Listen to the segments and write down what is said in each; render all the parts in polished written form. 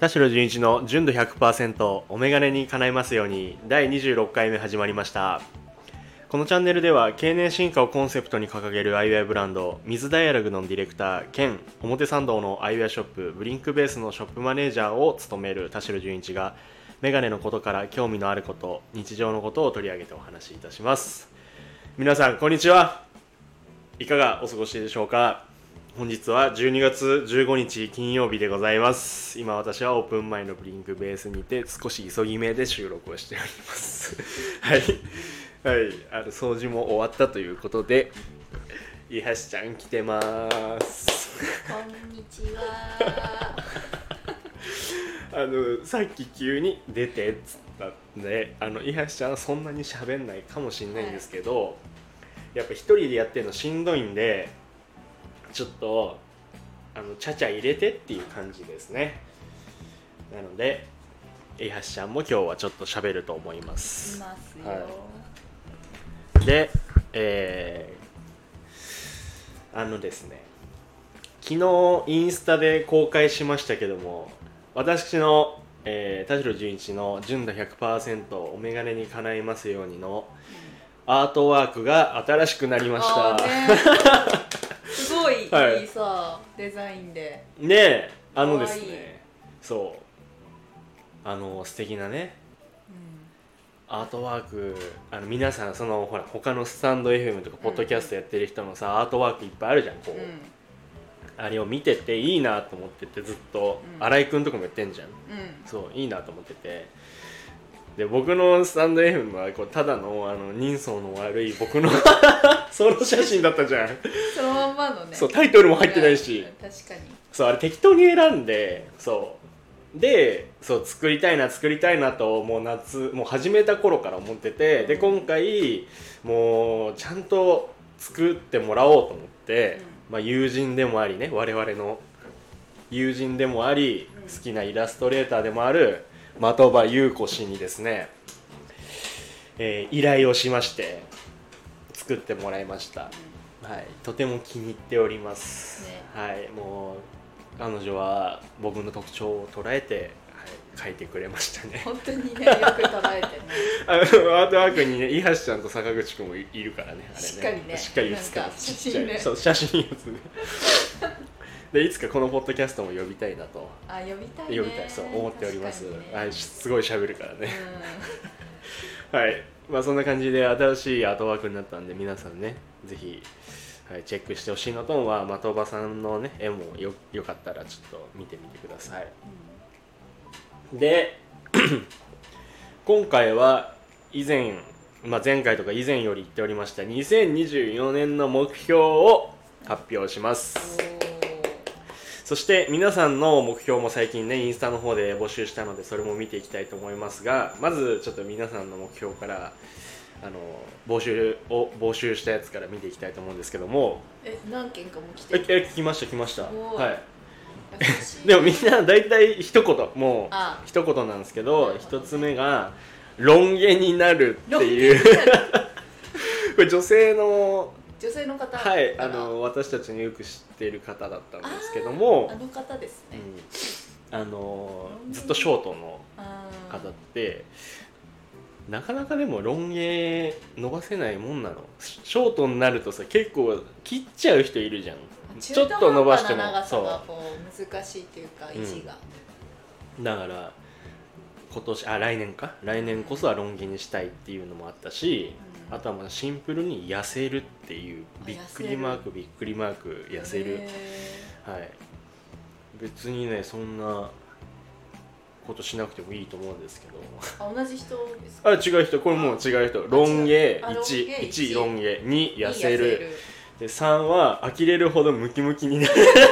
田代純一の純度 100% お眼鏡に叶いますように第26回目始まりました。このチャンネルでは経年進化をコンセプトに掲げるアイウェアブランド水ダイアログのディレクター兼表参道のアイウェアショップブリンクベースのショップマネージャーを務める田代純一が眼鏡のことから興味のあること、日常のことを取り上げてお話しいたします。皆さんこんにちは。いかがお過ごしでしょうか。本日は12月15日金曜日でございます。今私はオープン前のブリンクベースにて少し急ぎ目で収録をしておりますはい、はい、掃除も終わったということで伊橋ちゃん来てますこんにちはさっき急に出てっつったんで伊橋ちゃんはそんなに喋んないかもしれないんですけど、やっぱ一人でやってるのしんどいんでちょっとちゃちゃ入れてっていう感じですね。なので伊橋ちゃんも今日はちょっと喋ると思います。 いますよ、 はい、で、ですね、昨日インスタで公開しましたけども、私の、田代純一の純度 100% お眼鏡に叶いますようにのアートワークが新しくなりました。 すごいいいさ、はい、デザインでねえ、ですね、そう素敵なね、アートワーク、皆さんほら他のスタンド FM とかポッドキャストやってる人のさ、アートワークいっぱいあるじゃん、こう、あれを見てていいなと思ってて、ずっと、新井くんとかもやってんじゃん、そういいなと思ってて、で僕のスタンド FM はこうただの人相の悪い僕のソロ写真だったじゃん。 そのまんまのね、 そう、タイトルも入ってないし、 確かにそう、あれ適当に選んで、そうで、そう作りたいなともう始めた頃から思ってて、で今回もうちゃんと作ってもらおうと思って、友人でもありね、我々の友人でもあり、好きなイラストレーターでもある的場優子氏にですね、依頼をしまして作ってもらいました。はい、とても気に入っております、ね、はい、もう彼女は僕の特徴を捉えて、はい、描いてくれましたね。 本当にね、よく捉えてねアートワークにね、伊橋ちゃんと坂口くんもいるからね、あれね、 しっかりね、 しっかり写ってます。 写真ね、 そう写真やつねでいつかこのポッドキャストも呼びたいなと、 呼びたいね、 呼びたい、そう思っております、 ね、 はい、すごい喋るからねはい、そんな感じで新しいアートワークになったんで、皆さんねぜひ、はい、チェックしてほしいのと、的場さんのね絵もよかったらちょっと見てみてください、で今回は前回とか以前より言っておりました2024年の目標を発表します。そして皆さんの目標も最近ねインスタの方で募集したので、それも見ていきたいと思いますが、まずちょっと皆さんの目標から募集したやつから見ていきたいと思うんですけども、 何件かも来てる？来ましたはいでもみんな大体一言、もう一言なんですけど、一つ目がロン毛になるっていうこれ女性の方、はい、私たちによく知っている方だったんですけども、 あの方ですね、 ずっとショートの方ってなかなかでもロン毛伸ばせないもんなの。ショートになるとさ、結構切っちゃう人いるじゃん。ちょっと伸ばしても長さがこう難しいというか維持が、 だから来年こそはロン毛にしたいっていうのもあったし、あとはシンプルに痩せるっていうびっくりマーク痩せる、はい、別にねそんなことしなくてもいいと思うんですけど。 同じ人ですか？ 違う人、これもう違う人。ロン毛1ロン毛2痩せるで、3は呆れるほどムキムキになる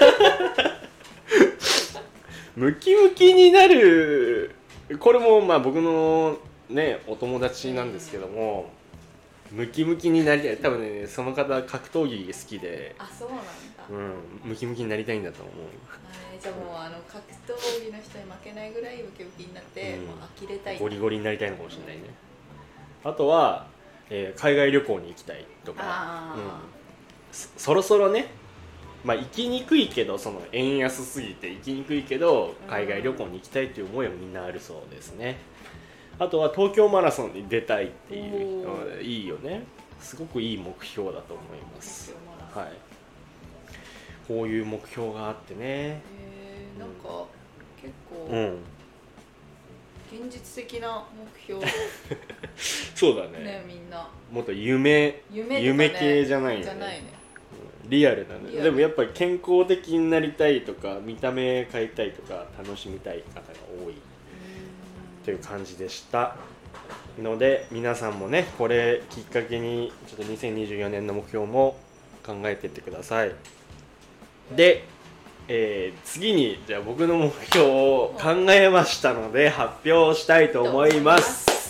ムキムキになる、これも僕のねお友達なんですけども、ムキムキになりたい、多分ねその方格闘技好きで、 そうなんだ、 ムキムキになりたいんだと思う。 じゃあもう格闘技の人に負けないぐらいムキムキになって、もう呆れたい、 ゴリゴリになりたいのかもしれないね、あとは、海外旅行に行きたいとか、そろそろねまあ行きにくいけど、その円安すぎて行きにくいけど海外旅行に行きたいという思いはみんなあるそうですね。あとは東京マラソンに出たいっていう、いいよね。すごくいい目標だと思います。はい、こういう目標があってね、 なんか結構、現実的な目標そうだね。 みんなもっと夢系じゃないよね。リアルだね。でもやっぱり健康的になりたいとか、見た目変えたいとか、楽しみたい方が多いという感じでしたので、皆さんもね、これきっかけにちょっと2024年の目標も考えていってください。で、次にじゃあ僕の目標を考えましたので発表したいと思います。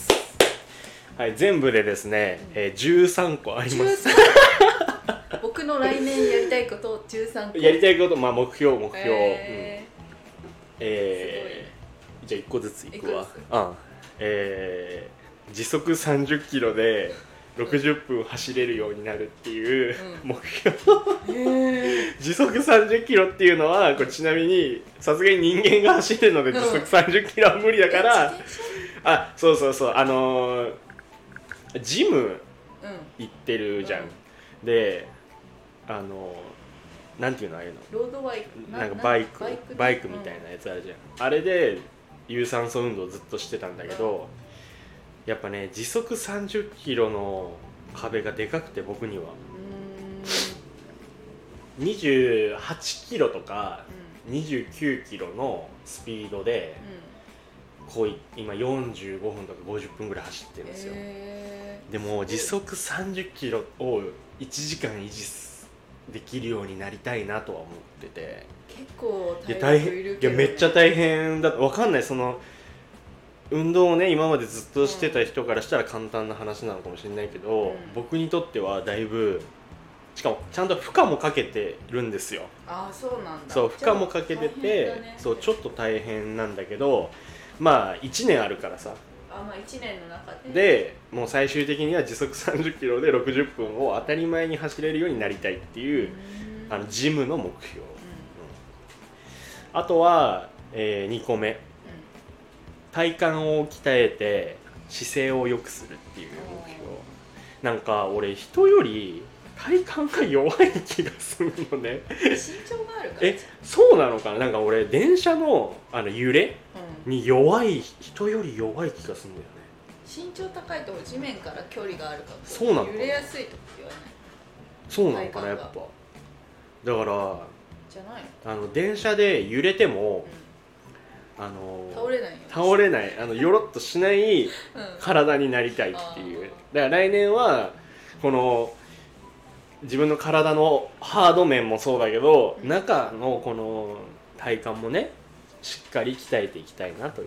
はい、全部でですね、13個あります。 僕の来年やりたいことを13個やりたいこと、まあ目標、じゃあ1個ずついくわ。時速30キロで60分走れるようになるっていう目標、時速30キロっていうのはこれちなみにさすがに人間が走るので時速30キロは無理だから、そうジム行ってるじゃん、でなんていうの、ああいうのロードバイク、 なんかバイクみたいなやつあるじゃん、あれで有酸素運動をずっとしてたんだけど、やっぱね時速30キロの壁がでかくて、僕には28キロとか29キロのスピードでこう今45分とか50分ぐらい走ってるんですよ。でも時速30キロを1時間維持できるようになりたいなとは思ってて、 結構大変いるけど、 めっちゃ大変だ。分かんない、その運動をね今までずっとしてた人からしたら簡単な話なのかもしれないけど、僕にとってはだいぶ、しかもちゃんと負荷もかけてるんですよ。 そうなんだ。 そう、負荷もかけてて、そうちょっと大変なんだけど、まあ1年あるからさ、 1年の中でもう最終的には時速30キロで60分を当たり前に走れるようになりたいっていうジムの目標、あとは、2個目、体幹を鍛えて姿勢を良くするっていう目標。なんか俺人より体幹が弱い気がするのね。 身長があるからそうなのかな。なんか俺電車の揺れに人より弱い気がするんだよね。 身長高いと地面から距離があるから、 そうなのかな、 揺れやすいと言わない。 そうなのかな、やっぱ。だからじゃないの、 電車で揺れても、倒れないよろっとしない体になりたいっていう。だから来年はこの自分の体のハード面もそうだけど、中のこの体幹もねしっかり鍛えていきたいなという、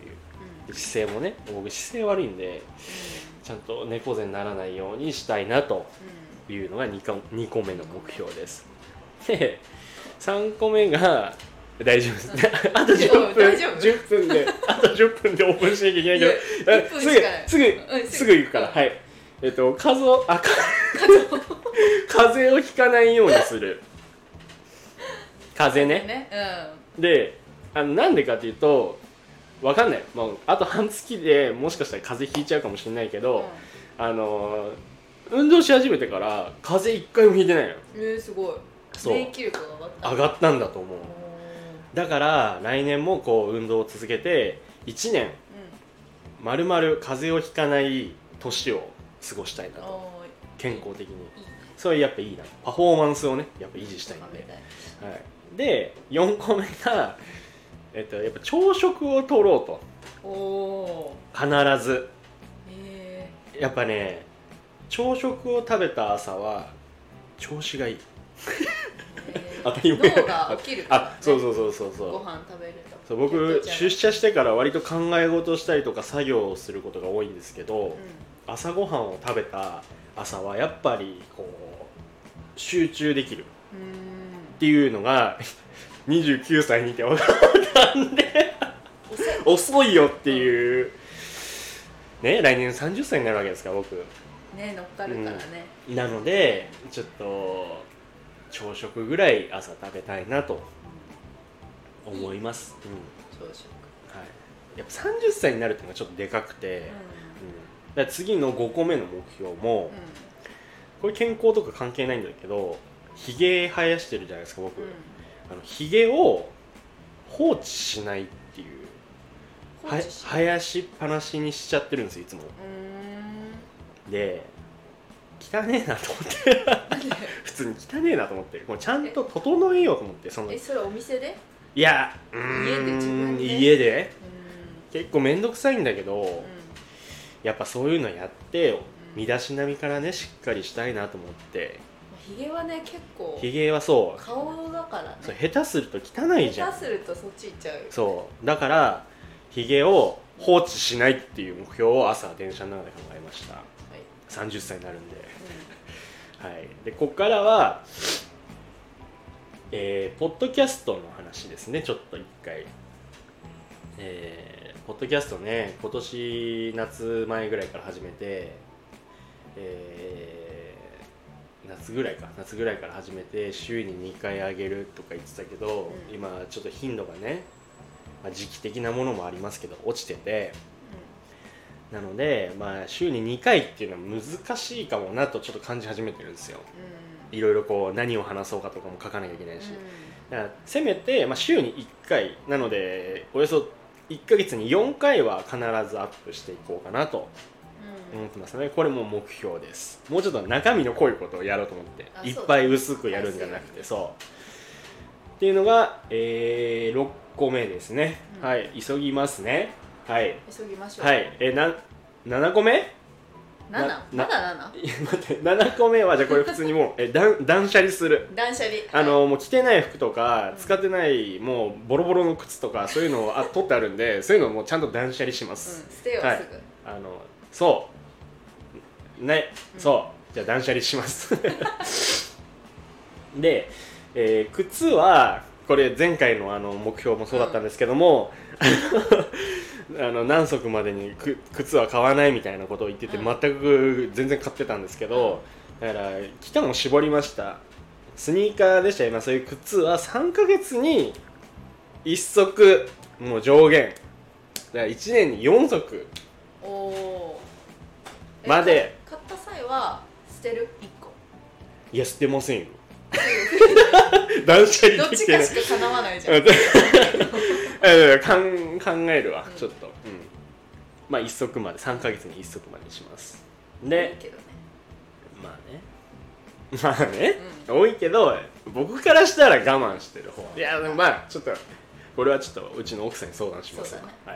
姿勢もね、僕姿勢悪いんで、ちゃんと猫背にならないようにしたいなというのが2個目の目標です。で3個目が大丈夫ですね。あと10分であと10分でオープンしなきゃいけないけど、すぐ行くから。はい、風邪をひかないようにする。風邪ね。でなんでかっていうと、わかんない、もうあと半月でもしかしたら風邪ひいちゃうかもしれないけど、運動し始めてから風邪一回もひいてないの。 すごい。免疫力が上がったんだと思う。だから来年もこう運動を続けて1年まるまる風邪をひかない年を過ごしたいなと。健康的にそれやっぱいいな、パフォーマンスをねやっぱ維持したいんで。で4個目がやっぱ朝食をとろうと。必ず、やっぱね朝食を食べた朝は調子がいい。当たり前。 脳が起きるからね。 そうご飯食べると。 そう、僕出社してから割と考え事したりとか作業をすることが多いんですけど、朝ごはんを食べた朝はやっぱりこう集中できるっていうのが29歳にて分かったんで遅いよっていうね。来年30歳になるわけですから僕ね、 乗っかるからね。 なのでちょっと朝食ぐらい朝食べたいなと思います。 朝食、 はい、やっぱ30歳になるっていうのがちょっとでかくて、だから次の5個目の目標も、これ健康とか関係ないんだけど、ひげ生やしてるじゃないですか僕、ひげを放置しないっていう、生やしっぱなしにしちゃってるんですよいつも。で汚ねえなと思って普通に汚ねえなと思って、もうちゃんと整えようと思って、それお店で？ いや、家で結構めんどくさいんだけど、やっぱそういうのやって身だしなみからねしっかりしたいなと思って。 ひげはね結構、 ひげはそう顔だからね、 そう下手すると汚いじゃん。 下手するとそっち行っちゃうよ、ね、 そうだからひげを放置しないっていう目標を朝電車の中で考えました、はい、30歳になるんで、はい、でここからは、ポッドキャストの話ですね。ちょっと一回、ポッドキャストね、今年夏前ぐらいから始めて、夏ぐらいから始めて週に2回あげるとか言ってたけど、今ちょっと頻度がね、時期的なものもありますけど落ちてて、なので、週に2回っていうのは難しいかもなとちょっと感じ始めてるんですよ。いろいろこう何を話そうかとかも書かなきゃいけないし、だからせめて、週に1回なのでおよそ1ヶ月に4回は必ずアップしていこうかなと思ってますね。これも目標です。もうちょっと中身の濃いことをやろうと思って、いっぱい薄くやるんじゃなくて、そうっていうのが、6個目ですね、はい、急ぎますね。はい、 急ぎましょう。 はい、7個目まだ 7？ 待って、7個目はじゃあこれ普通にもう断捨離する。 断捨離、 もう着てない服とか使ってないもうボロボロの靴とかそういうのを取ってあるんで、そういうのをもうちゃんと断捨離します、 捨てよう、 はい、 すぐ。 そうね、そうじゃあ断捨離しますで、靴はこれ前回の目標もそうだったんですけども、何足までに靴は買わないみたいなことを言ってて、全く全然買ってたんですけど、だから期間を絞りました。スニーカーでしたら今そういう靴は3ヶ月に1足もう上限だから1年に4足まで。 買った際は捨てる1個？ いや捨てませんよ断捨離できてない。 どっちかしか叶わないじゃん考えるわ、ちょっと、1足まで3ヶ月に1足までにします。で、まあね、多いけど僕からしたら我慢してる方。いやでもちょっとこれはちょっとうちの奥さんに相談します。はい、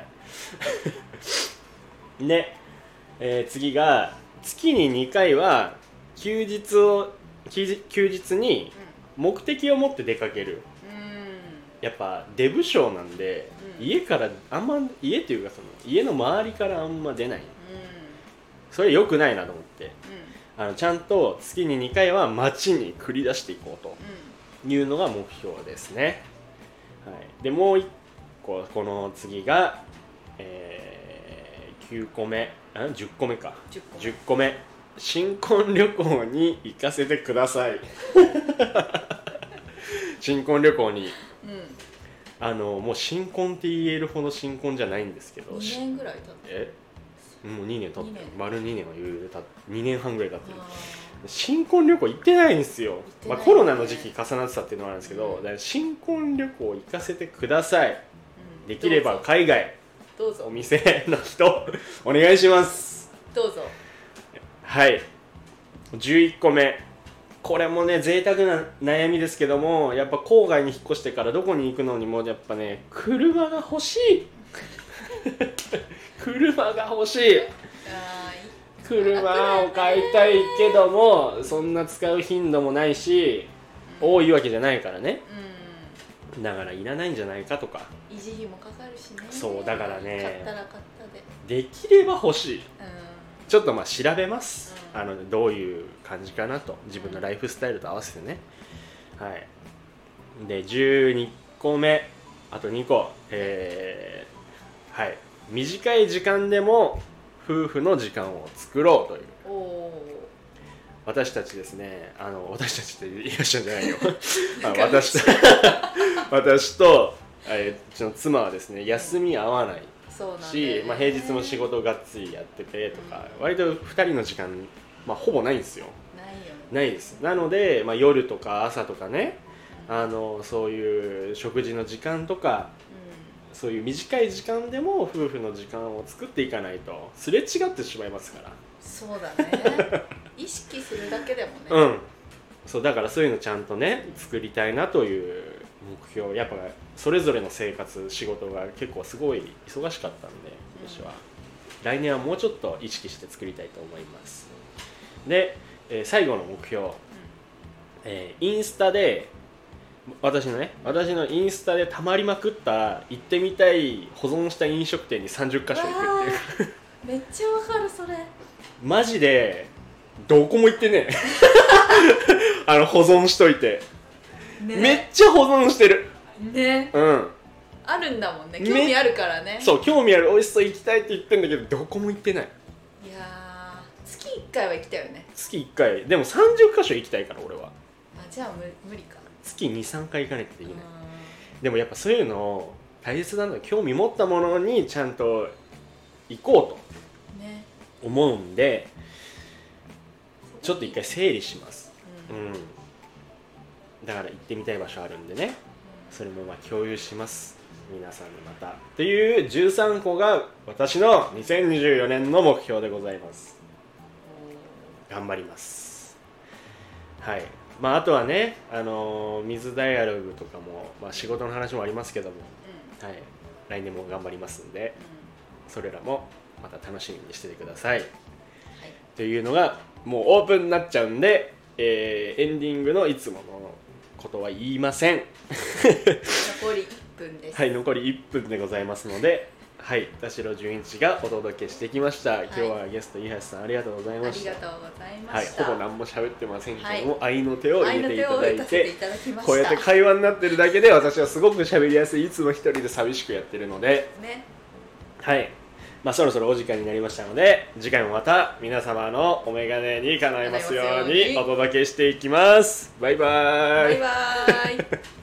で、次が月に2回は休日に目的を持って出かける。やっぱデブ症なんで、家からあんま家っていうかその家の周りからあんま出ない、それ良くないなと思って、ちゃんと月に2回は街に繰り出していこうというのが目標ですね。はい、でもう1個この次が、9個目10個目か10個目、新婚旅行に行かせてください新婚旅行に、もう新婚って言えるほど新婚じゃないんですけど、 2年ぐらい経ってもう2年経ってる。丸2年は余裕で経って2年半ぐらい経ってる。新婚旅行行ってないんですよ、コロナの時期重なってたっていうのはあるんですけど、だから新婚旅行行かせてください、できれば海外、 どうぞお店の人お願いします。 どうぞ。 はい、11個目、これもね贅沢な悩みですけども、やっぱ郊外に引っ越してからどこに行くのにもやっぱね車が欲しい車が欲しい。車を買いたいけどもそんな使う頻度もないし、多いわけじゃないからね、だからいらないんじゃないかとか。 維持費もかかるしね。 そうだからね、 買ったら買ったできれば欲しい、ちょっと調べます、どういう感じかなと、自分のライフスタイルと合わせてね。はい、で12個目、あと2個、はい、短い時間でも夫婦の時間を作ろうという。 私たちですね、私たちっていらっしゃるんじゃないよ私とうちの妻はですね休み合わないし、まあ、平日も仕事がっつりやっててとか、割と2人の時間、まあ、ほぼないんですよ。ないです。なので、まあ、夜とか朝とかね、そういう食事の時間とか、そういう短い時間でも夫婦の時間を作っていかないとすれ違ってしまいますから。 そうだね意識するだけでもね、 そうだからそういうのちゃんとね作りたいなという目標。やっぱそれぞれの生活仕事が結構すごい忙しかったんで、私は来年はもうちょっと意識して作りたいと思います。で、最後の目標、インスタで私のインスタでたまりまくった行ってみたい保存した飲食店に30カ所行くっていうめっちゃわかるそれ。 マジでどこも行ってね保存しといて、ね、めっちゃ保存してるね、あるんだもんね、興味あるからね。 そう、興味ある、美味しそう行きたいって言ってんだけどどこも行ってない。 いや月1回は行きたいよね。 月1回でも30カ所行きたいから俺は。 じゃあ無理か。 月 2,3 回行かないとできない。でもやっぱそういうの大切なのは興味持ったものにちゃんと行こうと思うんで、ちょっと一回整理します、だから行ってみたい場所あるんでね、それもまあ共有します皆さんにまたっていう13個が私の2024年の目標でございます。頑張ります。はい。まあ、あとはね、水ダイアログとかも、まあ、仕事の話もありますけども、はい、来年も頑張りますんで、それらもまた楽しみにしててください、というのがもうオープンになっちゃうんで、エンディングのいつものことは言いません残り1分です。 はい、残り1分でございますので、はい、田代純一がお届けしてきました。今日はゲスト伊橋さんありがとうございました。 ありがとうございました。 はい、ほぼ何も喋ってませんけども、愛の手を入れていただいて、こうやってた会話になってるだけで私はすごく喋りやすい、いつも一人で寂しくやってるので、はい、まあ、そろそろお時間になりましたので、次回もまた皆様のお眼鏡に叶えますようにお届けしていきます。バイバーイ。 バイバーイ